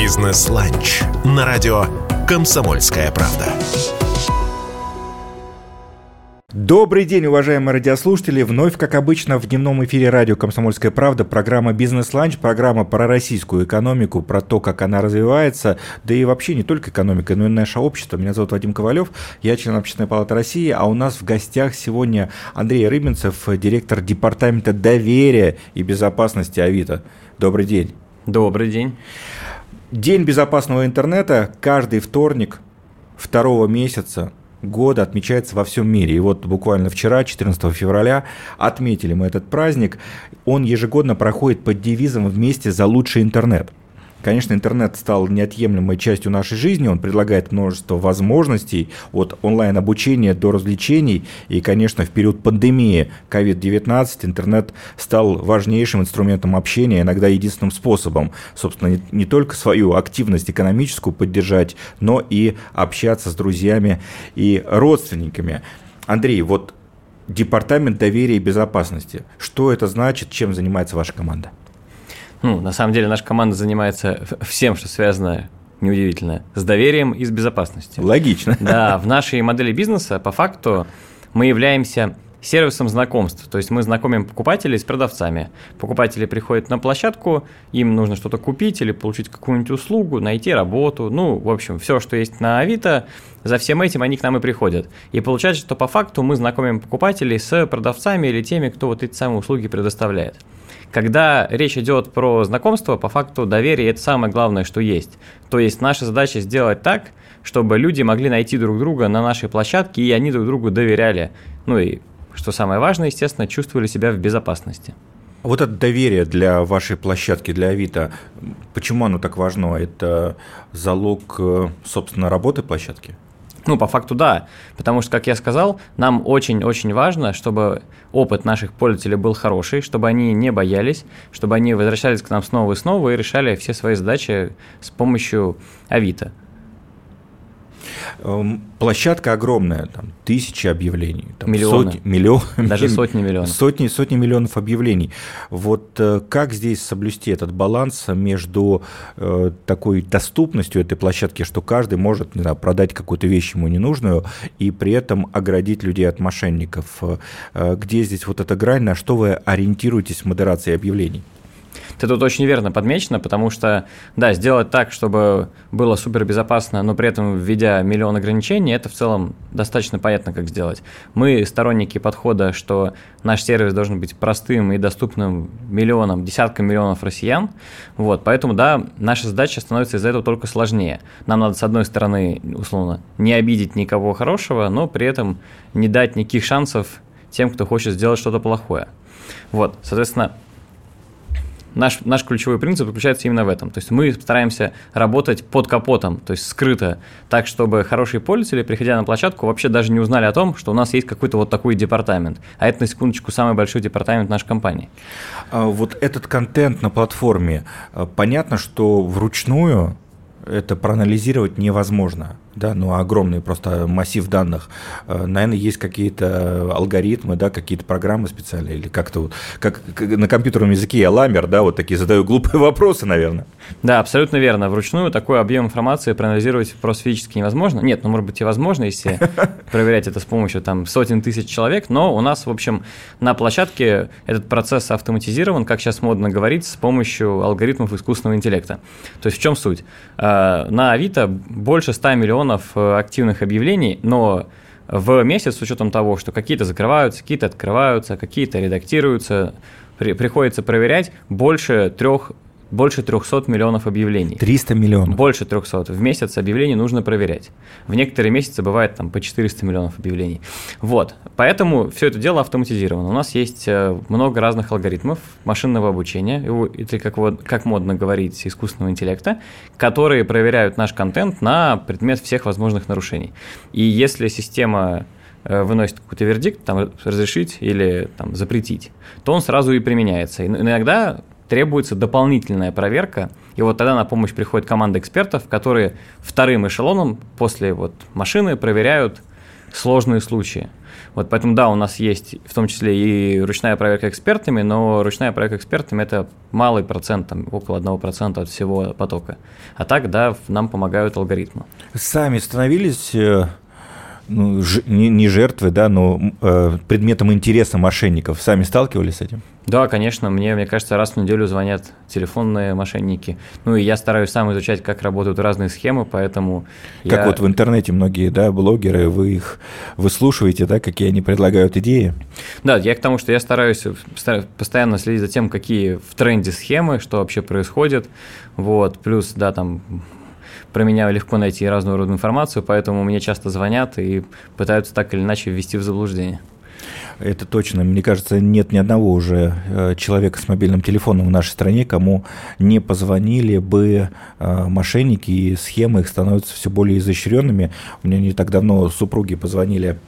Бизнес-ланч на радио «Комсомольская правда». Добрый день, уважаемые радиослушатели. Вновь, как обычно, в дневном эфире радио «Комсомольская правда» программа «Бизнес-ланч», программа про российскую экономику, про то, как она развивается, да и вообще не только экономика, но и наше общество. Меня зовут Вадим Ковалев, я член Общественной палаты России, а у нас в гостях сегодня Андрей Рыбинцев, директор департамента доверия и безопасности Авито. Добрый день. Добрый день. День безопасного интернета каждый вторник второго месяца года отмечается во всем мире. И вот буквально вчера, 14 февраля, отметили мы этот праздник. Он ежегодно проходит под девизом «Вместе за лучший интернет». Конечно, интернет стал неотъемлемой частью нашей жизни, он предлагает множество возможностей от онлайн-обучения до развлечений, и, конечно, в период пандемии COVID-19 интернет стал важнейшим инструментом общения, иногда единственным способом, собственно, не только свою активность экономическую поддержать, но и общаться с друзьями и родственниками. Андрей, вот департамент доверия и безопасности, что это значит, чем занимается ваша команда? На самом деле наша команда занимается всем, что связано, неудивительно, с доверием и с безопасностью. Логично. Да, в нашей модели бизнеса по факту мы являемся сервисом знакомств, то есть мы знакомим покупателей с продавцами. Покупатели приходят на площадку, им нужно что-то купить или получить какую-нибудь услугу, найти работу, в общем, все, что есть на Авито, за всем этим они к нам и приходят. И получается, что по факту мы знакомим покупателей с продавцами или теми, кто вот эти самые услуги предоставляет. Когда речь идет про знакомство, по факту доверие – это самое главное, что есть. То есть наша задача сделать так, чтобы люди могли найти друг друга на нашей площадке, и они друг другу доверяли. И, что самое важное, естественно, чувствовали себя в безопасности. Вот это доверие для вашей площадки, для Авито, почему оно так важно? Это залог, собственно, работы площадки? По факту да, потому что, как я сказал, нам очень-очень важно, чтобы опыт наших пользователей был хороший, чтобы они не боялись, чтобы они возвращались к нам снова и снова и решали все свои задачи с помощью Авито. Площадка огромная, там тысячи объявлений, там миллионы, даже сотни миллионов. Сотни миллионов объявлений. Вот как здесь соблюсти этот баланс между такой доступностью этой площадки, что каждый может, продать какую-то вещь ему ненужную, и при этом оградить людей от мошенников? Где здесь вот эта грань, на что вы ориентируетесь в модерации объявлений? Это тут очень верно подмечено, потому что, да, сделать так, чтобы было супербезопасно, но при этом введя миллион ограничений, это в целом достаточно понятно, как сделать. Мы сторонники подхода, что наш сервис должен быть простым и доступным миллионам, десяткам миллионов россиян, поэтому, да, наша задача становится из-за этого только сложнее. Нам надо, с одной стороны, условно, не обидеть никого хорошего, но при этом не дать никаких шансов тем, кто хочет сделать что-то плохое. Соответственно, Наш ключевой принцип заключается именно в этом. То есть мы стараемся работать под капотом, то есть скрыто, так, чтобы хорошие пользователи, приходя на площадку, вообще даже не узнали о том, что у нас есть какой-то вот такой департамент. А это, на секундочку, самый большой департамент нашей компании. Вот этот контент на платформе, понятно, что вручную это проанализировать невозможно. Да, огромный просто массив данных. Наверное, есть какие-то алгоритмы, какие-то программы специальные, или как-то как на компьютерном языке я ламер, вот такие задаю глупые вопросы, наверное. Да, абсолютно верно. Вручную такой объем информации проанализировать просто физически невозможно. Нет, может быть и возможно, если проверять это с помощью сотен тысяч человек, но у нас, в общем, на площадке этот процесс автоматизирован, как сейчас модно говорить, с помощью алгоритмов искусственного интеллекта. То есть в чем суть? На Авито больше 100 миллионов активных объявлений, но в месяц, с учетом того, что какие-то закрываются, какие-то открываются, какие-то редактируются, приходится проверять больше 300 миллионов объявлений. 300 миллионов? Больше 300. В месяц объявлений нужно проверять. В некоторые месяцы бывает по 400 миллионов объявлений. Поэтому все это дело автоматизировано. У нас есть много разных алгоритмов машинного обучения, или, как модно говорить, искусственного интеллекта, которые проверяют наш контент на предмет всех возможных нарушений. И если система выносит какой-то вердикт, разрешить или запретить, то он сразу и применяется. Иногда требуется дополнительная проверка, и тогда на помощь приходит команда экспертов, которые вторым эшелоном после машины проверяют сложные случаи. Вот поэтому, да, у нас есть в том числе и ручная проверка экспертами, но ручная проверка экспертами – это малый процент, там, около 1% от всего потока. А так, да, нам помогают алгоритмы. Сами становились не жертвой, да, но предметом интереса мошенников. Сами сталкивались с этим? Да, конечно, мне кажется, раз в неделю звонят телефонные мошенники. Ну и я стараюсь сам изучать, как работают разные схемы, поэтому… Как вот в интернете многие, да, блогеры, вы их выслушиваете, да, какие они предлагают идеи? Да, я к тому, что я стараюсь постоянно следить за тем, какие в тренде схемы, что вообще происходит. Вот, плюс, да, там… Про меня легко найти разного рода информацию, поэтому мне часто звонят и пытаются так или иначе ввести в заблуждение. Это точно. Мне кажется, нет ни одного уже человека с мобильным телефоном в нашей стране, кому не позвонили бы мошенники, и схемы их становятся все более изощренными. У меня не так давно супруги позвонили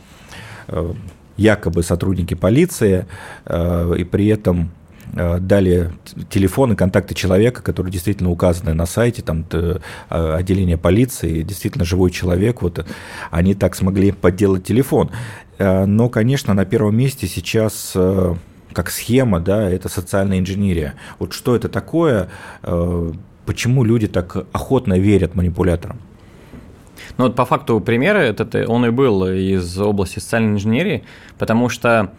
якобы сотрудники полиции, и при этом дали телефон и контакты человека, которые действительно указаны на сайте, там отделение полиции, действительно живой человек, вот они так смогли подделать телефон. Но, конечно, на первом месте сейчас как схема, да, это социальная инженерия. Вот что это такое, почему люди так охотно верят манипуляторам? Ну вот по факту пример, он и был из области социальной инженерии, потому что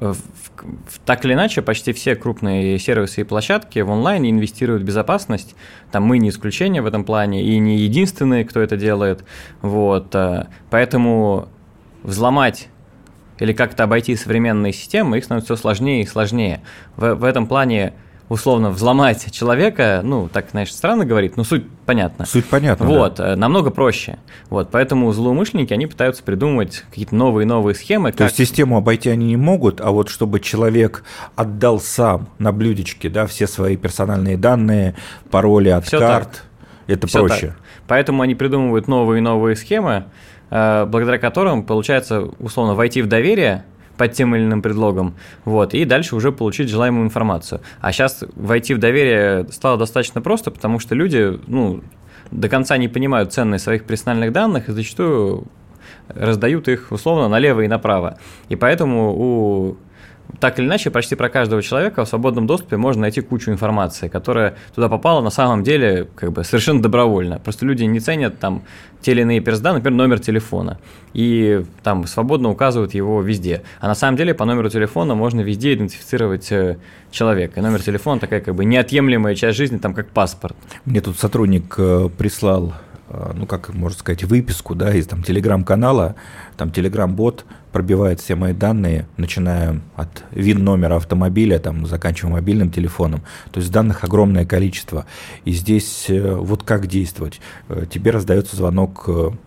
так или иначе, почти все крупные сервисы и площадки в онлайне инвестируют в безопасность. Там мы не исключение в этом плане и не единственные, кто это делает. Вот. Поэтому взломать или как-то обойти современные системы, их становится все сложнее и сложнее. В этом плане условно взломать человека, ну, так, знаешь, странно говорить, но суть понятна. Суть понятна, вот, да. Намного проще. Вот, поэтому злоумышленники, они пытаются придумывать какие-то новые схемы. То есть систему обойти они не могут, а вот чтобы человек отдал сам на блюдечке, да, все свои персональные данные, пароли от все карт, так. это все проще. Так. Поэтому они придумывают новые схемы, благодаря которым получается, условно, войти в доверие под тем или иным предлогом, вот, и дальше уже получить желаемую информацию. А сейчас войти в доверие стало достаточно просто, потому что люди, ну, до конца не понимают ценность своих персональных данных и зачастую раздают их, условно, налево и направо. И поэтому так или иначе, почти про каждого человека в свободном доступе можно найти кучу информации, которая туда попала на самом деле как бы совершенно добровольно. Просто люди не ценят там те или иные персданные, например, номер телефона, и там свободно указывают его везде. А на самом деле по номеру телефона можно везде идентифицировать человека. И номер телефона такая как бы неотъемлемая часть жизни, там как паспорт. Мне тут сотрудник прислал, ну, как можно сказать, выписку, да, из там телеграм-канала, там телеграм-бот пробивает все мои данные, начиная от ВИН-номера автомобиля, там, заканчивая мобильным телефоном. То есть данных огромное количество. И здесь вот как действовать? Тебе раздается звонок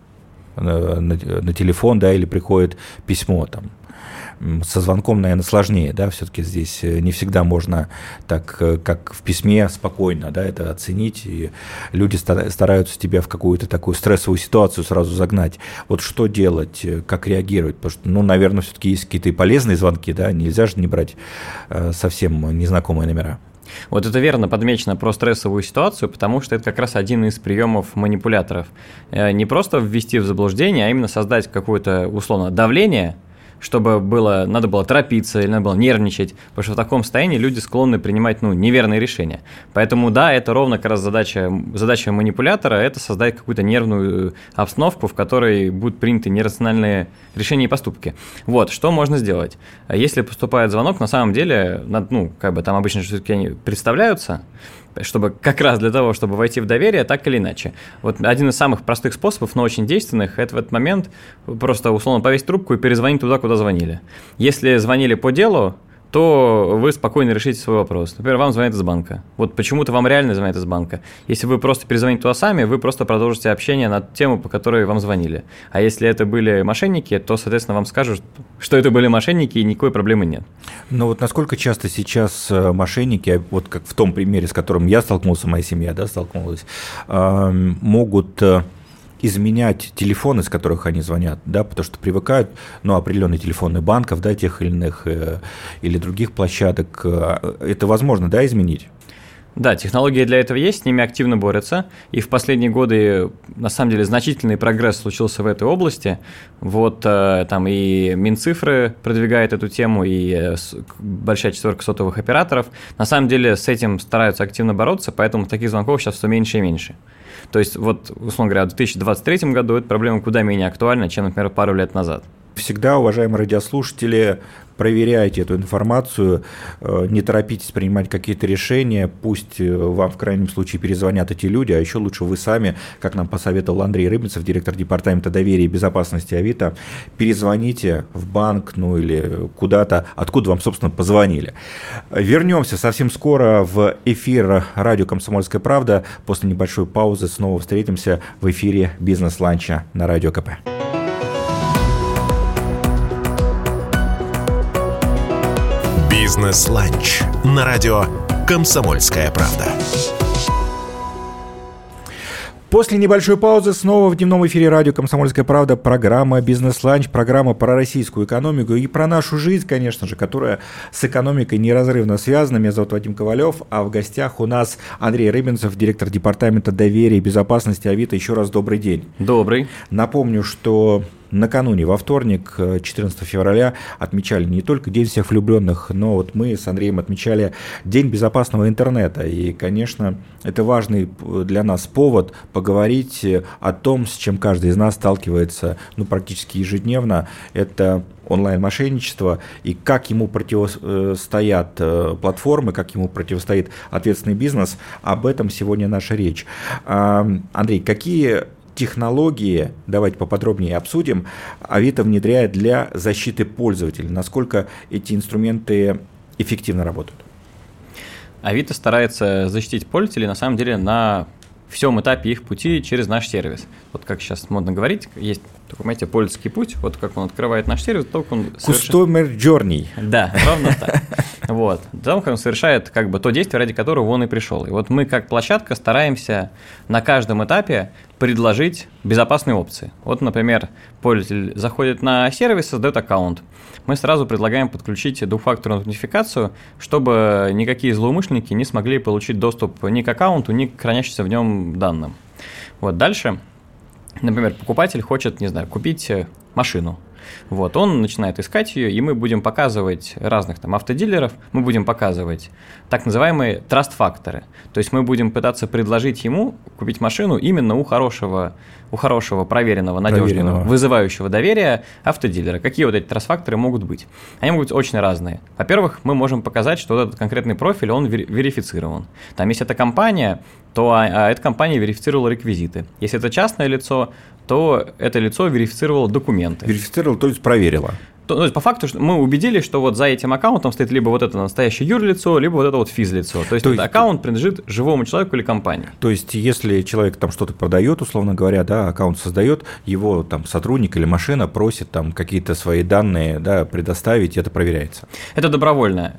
на телефон, да, или приходит письмо там. Со звонком, наверное, сложнее, да, все-таки здесь не всегда можно так, как в письме, спокойно, да, это оценить, и люди стараются тебя в какую-то такую стрессовую ситуацию сразу загнать. Вот что делать, как реагировать, потому что, ну, наверное, все-таки есть какие-то и полезные звонки, да, нельзя же не брать совсем незнакомые номера. Вот это верно подмечено про стрессовую ситуацию, потому что это как раз один из приемов манипуляторов. Не просто ввести в заблуждение, а именно создать какое-то, условно, давление, чтобы надо было торопиться или надо было нервничать, потому что в таком состоянии люди склонны принимать, ну, неверные решения. Поэтому, да, это ровно как раз задача манипулятора – это создать какую-то нервную обстановку, в которой будут приняты нерациональные решения и поступки. Вот, что можно сделать? Если поступает звонок, на самом деле, ну, как бы там обычно все-таки они представляются, чтобы как раз для того, чтобы войти в доверие, так или иначе. Вот один из самых простых способов, но очень действенных, это в этот момент просто условно повесить трубку и перезвонить туда, куда звонили. Если звонили по делу, то вы спокойно решите свой вопрос. Например, вам звонят из банка. Вот почему-то вам реально звонят из банка. Если вы просто перезвоните туда сами, вы просто продолжите общение на тему, по которой вам звонили. А если это были мошенники, то, соответственно, вам скажут, что это были мошенники, и никакой проблемы нет. Но вот насколько часто сейчас мошенники, вот как в том примере, с которым я столкнулся, моя семья, да, столкнулась, могут изменять телефоны, с которых они звонят, да, потому что привыкают, ну, определенные телефоны банков, да, тех или иных или других площадок. Это возможно, да, изменить? Да, технологии для этого есть, с ними активно борются, и в последние годы, на самом деле, значительный прогресс случился в этой области. Вот там и Минцифры продвигает эту тему, и большая четверка сотовых операторов. На самом деле с этим стараются активно бороться, поэтому таких звонков сейчас все меньше и меньше. То есть, вот, условно говоря, в 2023 году эта проблема куда менее актуальна, чем, например, пару лет назад. Всегда, уважаемые радиослушатели, проверяйте эту информацию, не торопитесь принимать какие-то решения, пусть вам в крайнем случае перезвонят эти люди, а еще лучше вы сами, как нам посоветовал Андрей Рыбинцев, директор департамента доверия и безопасности Авито, перезвоните в банк, ну или куда-то, откуда вам, собственно, позвонили. Вернемся совсем скоро в эфир радио «Комсомольская правда». После небольшой паузы снова встретимся в эфире «Бизнес-ланча» на Радио КП. «Бизнес-ланч» на радио «Комсомольская правда». После небольшой паузы снова в дневном эфире радио «Комсомольская правда» программа «Бизнес-ланч», программа про российскую экономику и про нашу жизнь, конечно же, которая с экономикой неразрывно связана. Меня зовут Вадим Ковалев, а в гостях у нас Андрей Рыбинцев, директор департамента доверия и безопасности Авито. Еще раз добрый день. Добрый. Напомню, что накануне, во вторник, 14 февраля, отмечали не только День всех влюбленных, но вот мы с Андреем отмечали День безопасного интернета. И, конечно, это важный для нас повод поговорить о том, с чем каждый из нас сталкивается практически ежедневно. Это онлайн-мошенничество и как ему противостоят платформы, как ему противостоит ответственный бизнес. Об этом сегодня наша речь. Андрей, какие технологии, давайте поподробнее обсудим, Авито внедряет для защиты пользователей? Насколько эти инструменты эффективно работают? Авито старается защитить пользователей, на самом деле, на всем этапе их пути через наш сервис. Вот как сейчас модно говорить, есть такой, понимаете, пользовательский путь, вот как он открывает наш сервис, только он Customer journey. Да, ровно так. Вот. Там он совершает как бы то действие, ради которого он и пришел. И вот мы как площадка стараемся на каждом этапе предложить безопасные опции. Вот, например, пользователь заходит на сервис, создает аккаунт. Мы сразу предлагаем подключить двухфакторную аутентификацию, чтобы никакие злоумышленники не смогли получить доступ ни к аккаунту, ни к хранящимся в нем данным. Вот дальше, например, покупатель хочет, не знаю, купить машину. Вот, он начинает искать ее, и мы будем показывать разных там автодилеров, мы будем показывать так называемые траст-факторы. То есть мы будем пытаться предложить ему купить машину именно у хорошего проверенного, надежного, вызывающего доверия автодилера. Какие вот эти траст-факторы могут быть? Они могут быть очень разные. Во-первых, мы можем показать, что вот этот конкретный профиль, он верифицирован. Там, если это компания, то эта компания верифицировала реквизиты. Если это частное лицо, то это лицо верифицировало документы. Верифицировало, то есть проверило. То есть по факту мы убедились, что вот за этим аккаунтом стоит либо вот это настоящее юрлицо, либо вот это вот физлицо. То есть этот аккаунт принадлежит живому человеку или компании. То есть если человек там что-то продает, условно говоря, да, аккаунт создает, его там сотрудник или машина просит там какие-то свои данные, да, предоставить, и это проверяется. Это добровольная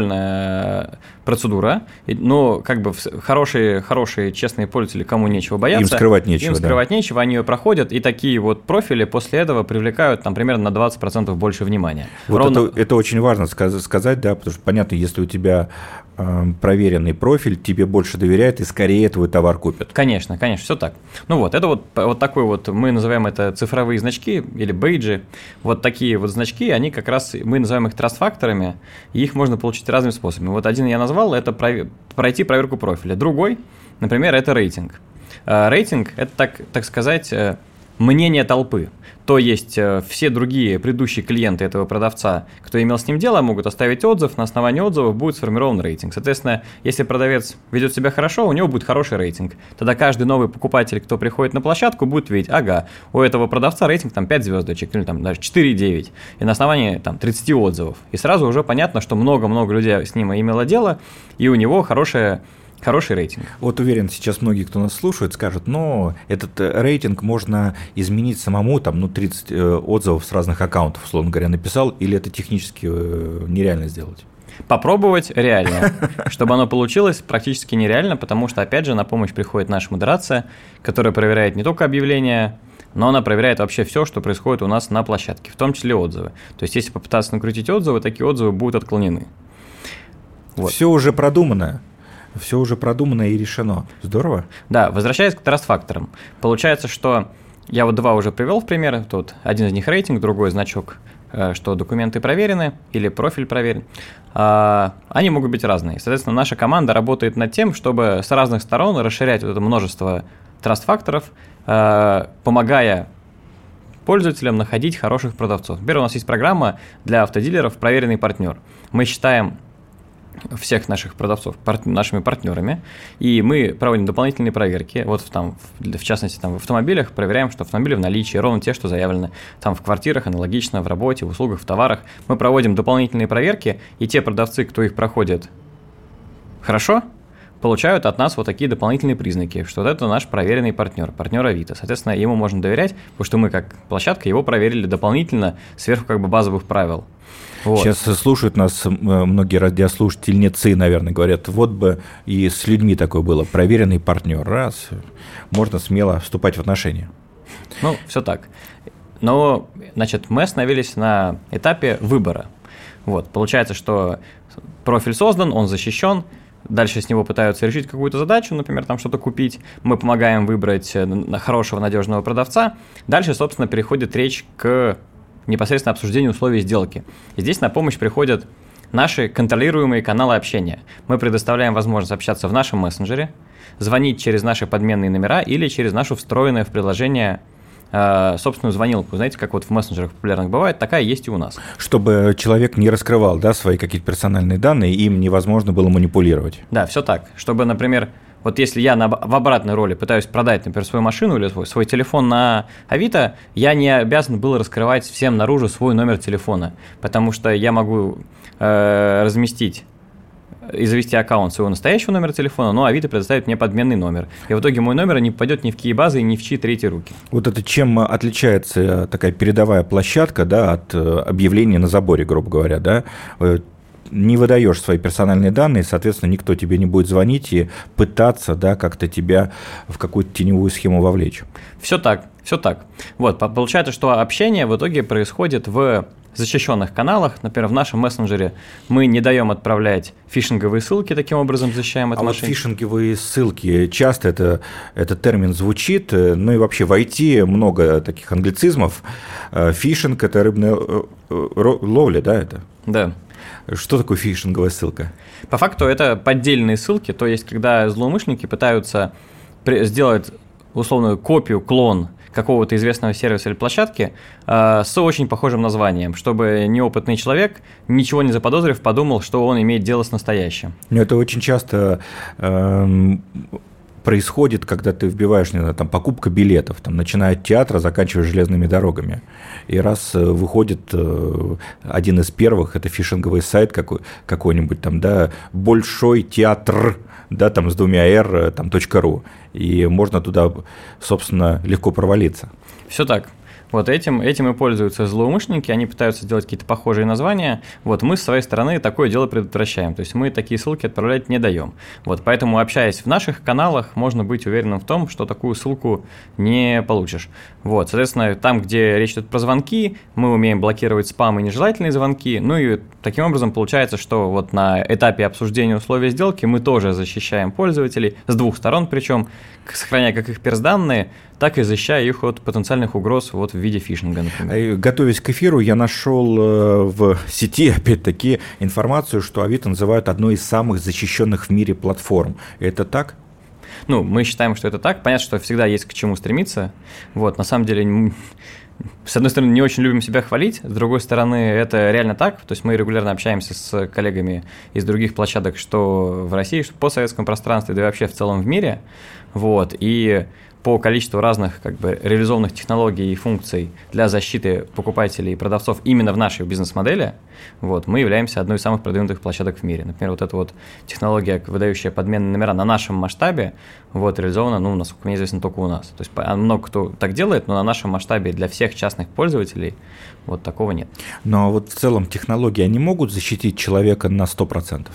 процедура, но как бы хорошие, честные пользователи, кому нечего бояться. Им скрывать нечего. Они ее проходят, и такие вот профили после этого привлекают там примерно на 20% больше внимания. Вот это очень важно сказать, да, потому что понятно, если у тебя проверенный профиль, тебе больше доверяют и скорее твой товар купят. Конечно, все так. Ну вот, это вот такой вот, мы называем это цифровые значки или бейджи. Вот такие вот значки, они как раз, мы называем их траст-факторами, и их можно получить разными способами. Вот один я назвал, это пройти проверку профиля. Другой, например, это рейтинг. Рейтинг – это, так сказать, мнение толпы. То есть все другие предыдущие клиенты этого продавца, кто имел с ним дело, могут оставить отзыв, на основании отзывов будет сформирован рейтинг. Соответственно, если продавец ведет себя хорошо, у него будет хороший рейтинг. Тогда каждый новый покупатель, кто приходит на площадку, будет видеть, у этого продавца рейтинг там 5 звездочек, или там даже 4,9, и на основании там 30 отзывов. И сразу уже понятно, что много-много людей с ним имело дело, и у него хороший рейтинг. Вот уверен, сейчас многие, кто нас слушает, скажут, но этот рейтинг можно изменить самому, там, 30 отзывов с разных аккаунтов, условно говоря, написал, или это технически нереально сделать? Попробовать реально. Чтобы оно получилось, практически нереально, потому что, опять же, на помощь приходит наша модерация, которая проверяет не только объявления, но она проверяет вообще все, что происходит у нас на площадке, в том числе отзывы. То есть, если попытаться накрутить отзывы, такие отзывы будут отклонены. Вот. Все уже продумано. Все уже продумано и решено. Здорово. Да, возвращаясь к траст-факторам. Получается, что я вот два уже привел в пример. Тут один из них рейтинг, другой значок, что документы проверены или профиль проверен. Они могут быть разные. Соответственно, наша команда работает над тем, чтобы с разных сторон расширять вот это множество траст-факторов, помогая пользователям находить хороших продавцов. Например, у нас есть программа для автодилеров «Проверенный партнер». Мы считаем всех наших продавцов нашими партнерами, и мы проводим дополнительные проверки. Вот в частности, в автомобилях проверяем, что автомобили в наличии, ровно те, что заявлены. Там в квартирах аналогично, в работе, в услугах, в товарах. Мы проводим дополнительные проверки, и те продавцы, кто их проходит хорошо, получают от нас вот такие дополнительные признаки, что вот это наш проверенный партнер Авито. Соответственно, ему можно доверять, потому что мы, как площадка, его проверили дополнительно сверху базовых правил. Вот. Сейчас слушают нас многие радиослушательницы, наверное, говорят, вот бы и с людьми такое было, проверенный партнер, раз, можно смело вступать в отношения. Ну, все так. Но, значит, мы остановились на этапе выбора. Вот, получается, что профиль создан, он защищен, дальше с него пытаются решить какую-то задачу, например, там что-то купить, мы помогаем выбрать хорошего, надежного продавца, дальше, собственно, переходит речь к непосредственно обсуждению условий сделки. И здесь на помощь приходят наши контролируемые каналы общения. Мы предоставляем возможность общаться в нашем мессенджере, звонить через наши подменные номера или через нашу встроенную в приложение собственную звонилку. Знаете, как вот в мессенджерах популярных бывает, такая есть и у нас. Чтобы человек не раскрывал, да, свои какие-то персональные данные, им невозможно было манипулировать. Да, все так. Чтобы, например, вот если я в обратной роли пытаюсь продать, например, свою машину или свой телефон на Авито, я не обязан был раскрывать всем наружу свой номер телефона, потому что я могу разместить и завести аккаунт своего настоящего номера телефона, но Авито предоставит мне подменный номер. И в итоге мой номер не попадет ни в какие базы, ни в чьи третьи руки. Вот это чем отличается такая передовая площадка, да, от объявления на заборе, грубо говоря, да? Не выдаешь свои персональные данные, соответственно, никто тебе не будет звонить и пытаться, да, как-то тебя в какую-то теневую схему вовлечь. Все так. Вот, получается, что общение в итоге происходит в защищенных каналах. Например, в нашем мессенджере мы не даем отправлять фишинговые ссылки, таким образом защищаем от мошенников. А вот фишинговые ссылки, часто этот термин звучит, ну и вообще в IT много таких англицизмов. Фишинг – это рыбная ловля, да, это? Да. Что такое фишинговая ссылка? По факту это поддельные ссылки, то есть когда злоумышленники пытаются сделать условную копию, клон какого-то известного сервиса или площадки с очень похожим названием, чтобы неопытный человек, ничего не заподозрив, подумал, что он имеет дело с настоящим. Это очень часто происходит, когда ты вбиваешь, не знаю, там, покупка билетов, там, начиная от театра, заканчивая железными дорогами. И раз выходит один из первых, это фишинговый сайт какой-нибудь, там, да, большой театр, да, там, с 2 R, там, .ru, и можно туда, собственно, легко провалиться. Все так. Вот этим и пользуются злоумышленники, они пытаются сделать какие-то похожие названия. Вот мы с своей стороны такое дело предотвращаем, то есть мы такие ссылки отправлять не даем. Вот поэтому, общаясь в наших каналах, можно быть уверенным в том, что такую ссылку не получишь. Вот, соответственно, там, где речь идет про звонки, мы умеем блокировать спам и нежелательные звонки, ну и таким образом получается, что вот на этапе обсуждения условий сделки мы тоже защищаем пользователей, с двух сторон причем, сохраняя как их персданные, так и защищая их от потенциальных угроз вот в виде фишинга, например. Готовясь к эфиру, я нашел в сети, опять-таки, информацию, что Авито называют одной из самых защищенных в мире платформ. Это так? Ну, мы считаем, что это так. Понятно, что всегда есть к чему стремиться. Вот, на самом деле, с одной стороны, не очень любим себя хвалить, с другой стороны, это реально так. То есть мы регулярно общаемся с коллегами из других площадок, что в России, что в постсоветском пространстве, да и вообще в целом в мире. Вот, и по количеству разных реализованных технологий и функций для защиты покупателей и продавцов именно в нашей бизнес-модели, вот, мы являемся одной из самых продвинутых площадок в мире. Например, вот эта вот технология, выдающая подменные номера на нашем масштабе, вот, реализована, ну, насколько мне известно, только у нас. То есть много кто так делает, но на нашем масштабе для всех частных пользователей вот такого нет. Но вот в целом технологии, они могут защитить человека на 100%?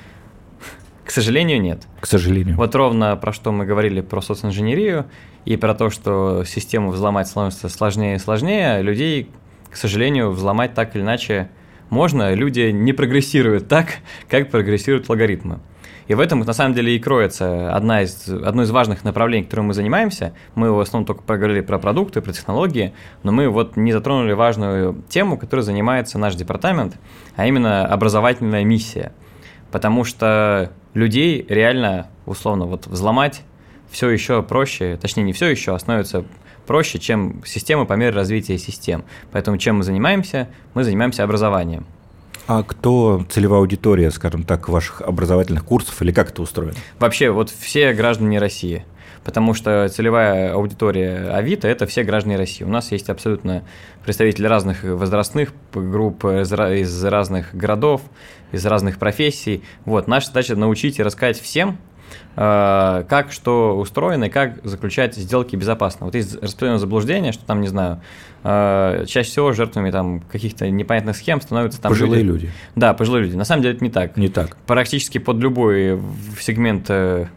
К сожалению, нет. К сожалению. Вот ровно про что мы говорили, про социнженерию и про то, что систему взломать становится сложнее и сложнее, людей, к сожалению, взломать так или иначе можно. Люди не прогрессируют так, как прогрессируют алгоритмы. И в этом, на самом деле, и кроется одно из важных направлений, которым мы занимаемся. Мы в основном только поговорили про продукты, про технологии, но мы вот не затронули важную тему, которой занимается наш департамент, а именно образовательная миссия. Потому что людей реально, условно, вот взломать все еще проще, точнее, не все еще, а становится проще, чем системы по мере развития систем. Поэтому чем мы занимаемся? Мы занимаемся образованием. А кто целевая аудитория, скажем так, ваших образовательных курсов, или как это устроено? Вообще, вот все граждане России, потому что целевая аудитория Авито – это все граждане России. У нас есть абсолютно представители разных возрастных групп, из разных городов, из разных профессий. Вот, наша задача – научить и рассказать всем, как что устроено и как заключать сделки безопасно. Вот есть распространенное заблуждение, что там, не знаю, чаще всего жертвами там каких-то непонятных схем становятся там пожилые люди. Да, пожилые люди. На самом деле это не так. Не так. Практически под любой сегмент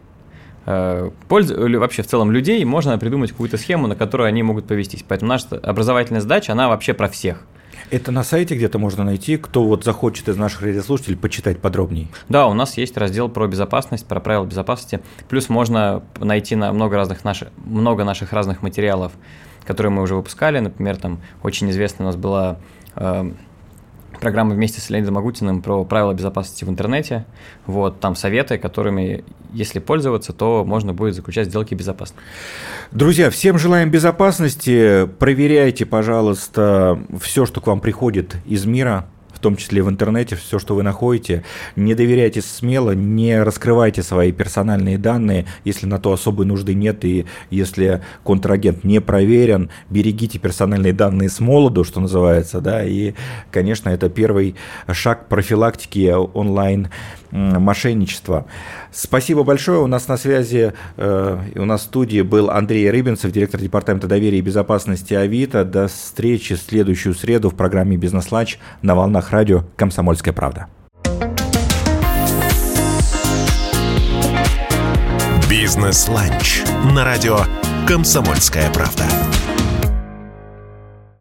вообще в целом людей можно придумать какую-то схему, на которую они могут повестись. Поэтому наша образовательная задача, она вообще про всех. Это на сайте где-то можно найти, кто вот захочет из наших радиослушателей почитать подробнее? Да, у нас есть раздел про безопасность, про правила безопасности. Плюс можно найти много наших разных материалов, которые мы уже выпускали. Например, там очень известная у нас была программа вместе с Леонидом Агутиным про правила безопасности в интернете. Вот, там советы, которыми, если пользоваться, то можно будет заключать сделки безопасно. Друзья, всем желаем безопасности. Проверяйте, пожалуйста, все, что к вам приходит из мира, в том числе в интернете, все, что вы находите. Не доверяйте смело, не раскрывайте свои персональные данные, если на то особой нужды нет, и если контрагент не проверен. Берегите персональные данные с молоду, что называется, да, и, конечно, это первый шаг профилактики онлайн-мошенничества. Спасибо большое. У нас на связи, у нас в студии был Андрей Рыбинцев, директор департамента доверия и безопасности Авито. До встречи в следующую среду в программе «Бизнес-ланч» на волнах радио «Комсомольская правда». «Бизнес-ланч» на радио «Комсомольская правда».